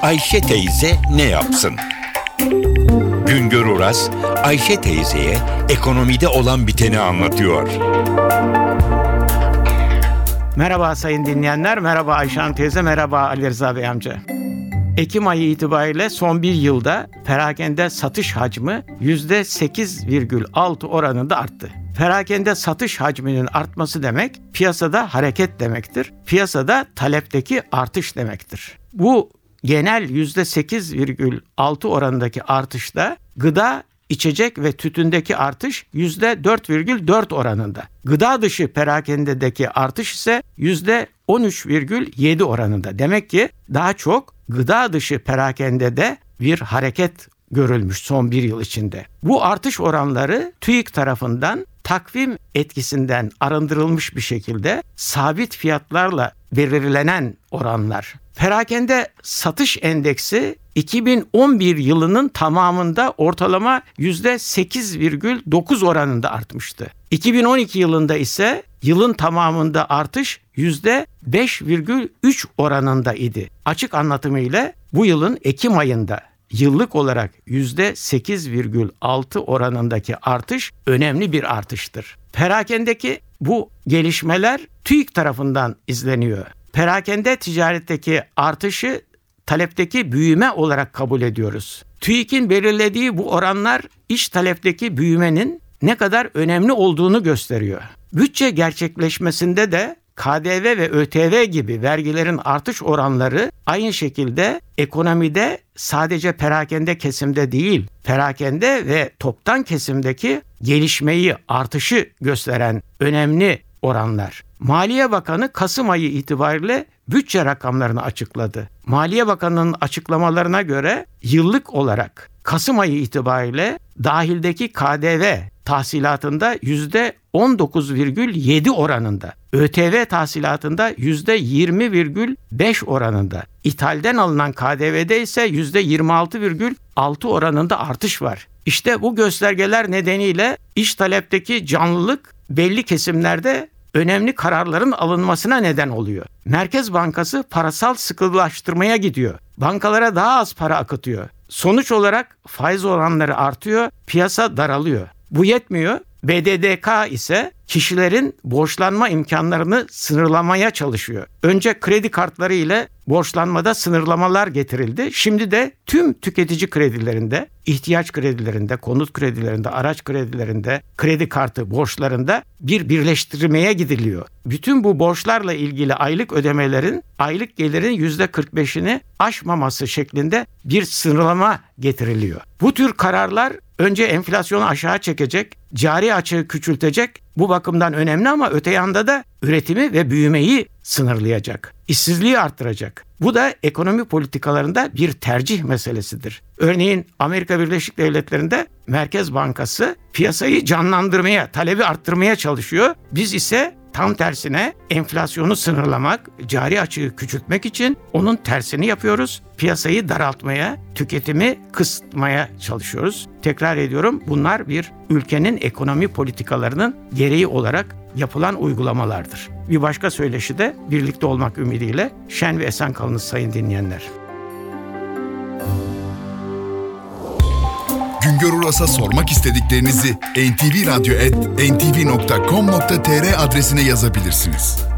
Ayşe teyze ne yapsın? Güngör Oras, Ayşe teyzeye ekonomide olan biteni anlatıyor. Merhaba sayın dinleyenler, merhaba Ayşe Hanım teyze, merhaba Ali Rıza Bey amca. Ekim ayı itibariyle son bir yılda perakende satış hacmi %8,6 oranında arttı. Perakende satış hacminin artması demek, piyasada hareket demektir. Piyasada talepteki artış demektir. Bu genel %8,6 oranındaki artışta gıda, içecek ve tütündeki artış %4,4 oranında. Gıda dışı perakendedeki artış ise %13,7 oranında. Demek ki daha çok gıda dışı perakendede bir hareket görülmüş son bir yıl içinde. Bu artış oranları TÜİK tarafından takvim etkisinden arındırılmış bir şekilde sabit fiyatlarla belirlenen oranlar. Perakende satış endeksi 2011 yılının tamamında ortalama %8,9 oranında artmıştı. 2012 yılında ise yılın tamamında artış %5,3 oranında idi. Açık anlatımıyla bu yılın Ekim ayında yıllık olarak %8,6 oranındaki artış önemli bir artıştır. Perakendeki bu gelişmeler TÜİK tarafından izleniyor. Perakende ticaretteki artışı talepteki büyüme olarak kabul ediyoruz. TÜİK'in belirlediği bu oranlar iç talepteki büyümenin ne kadar önemli olduğunu gösteriyor. Bütçe gerçekleşmesinde de KDV ve ÖTV gibi vergilerin artış oranları aynı şekilde ekonomide sadece perakende kesimde değil, perakende ve toptan kesimdeki gelişmeyi, artışı gösteren önemli oranlar. Maliye Bakanı Kasım ayı itibariyle bütçe rakamlarını açıkladı. Maliye Bakanı'nın açıklamalarına göre yıllık olarak Kasım ayı itibariyle dahildeki KDV tahsilatında %19,7 oranında, ÖTV tahsilatında %20,5 oranında, ithalden alınan KDV'de ise %26,6 oranında artış var. İşte bu göstergeler nedeniyle iç talepteki canlılık belli kesimlerde önemli kararların alınmasına neden oluyor. Merkez Bankası parasal sıkılaştırmaya gidiyor. Bankalara daha az para akıtıyor. Sonuç olarak faiz oranları artıyor, piyasa daralıyor. Bu yetmiyor. BDDK ise kişilerin borçlanma imkanlarını sınırlamaya çalışıyor. Önce kredi kartları ile borçlanmada sınırlamalar getirildi. Şimdi de tüm tüketici kredilerinde, ihtiyaç kredilerinde, konut kredilerinde, araç kredilerinde, kredi kartı borçlarında bir birleştirmeye gidiliyor. Bütün bu borçlarla ilgili aylık ödemelerin aylık gelirin %45'ini aşmaması şeklinde bir sınırlama getiriliyor. Bu tür kararlar önce enflasyonu aşağı çekecek, cari açığı küçültecek. Bu bakımdan önemli ama öte yanda da üretimi ve büyümeyi sınırlayacak. İşsizliği arttıracak. Bu da ekonomi politikalarında bir tercih meselesidir. Örneğin Amerika Birleşik Devletleri'nde Merkez Bankası piyasayı canlandırmaya, talebi arttırmaya çalışıyor. Biz ise tam tersine enflasyonu sınırlamak, cari açığı küçültmek için onun tersini yapıyoruz. Piyasayı daraltmaya, tüketimi kısıtmaya çalışıyoruz. Tekrar ediyorum, bunlar bir ülkenin ekonomi politikalarının gereği olarak yapılan uygulamalardır. Bir başka söyleşi de birlikte olmak ümidiyle şen ve esen kalınız sayın dinleyenler. Güngör Oras'a sormak istediklerinizi ntvradyo@ntv.com.tr adresine yazabilirsiniz.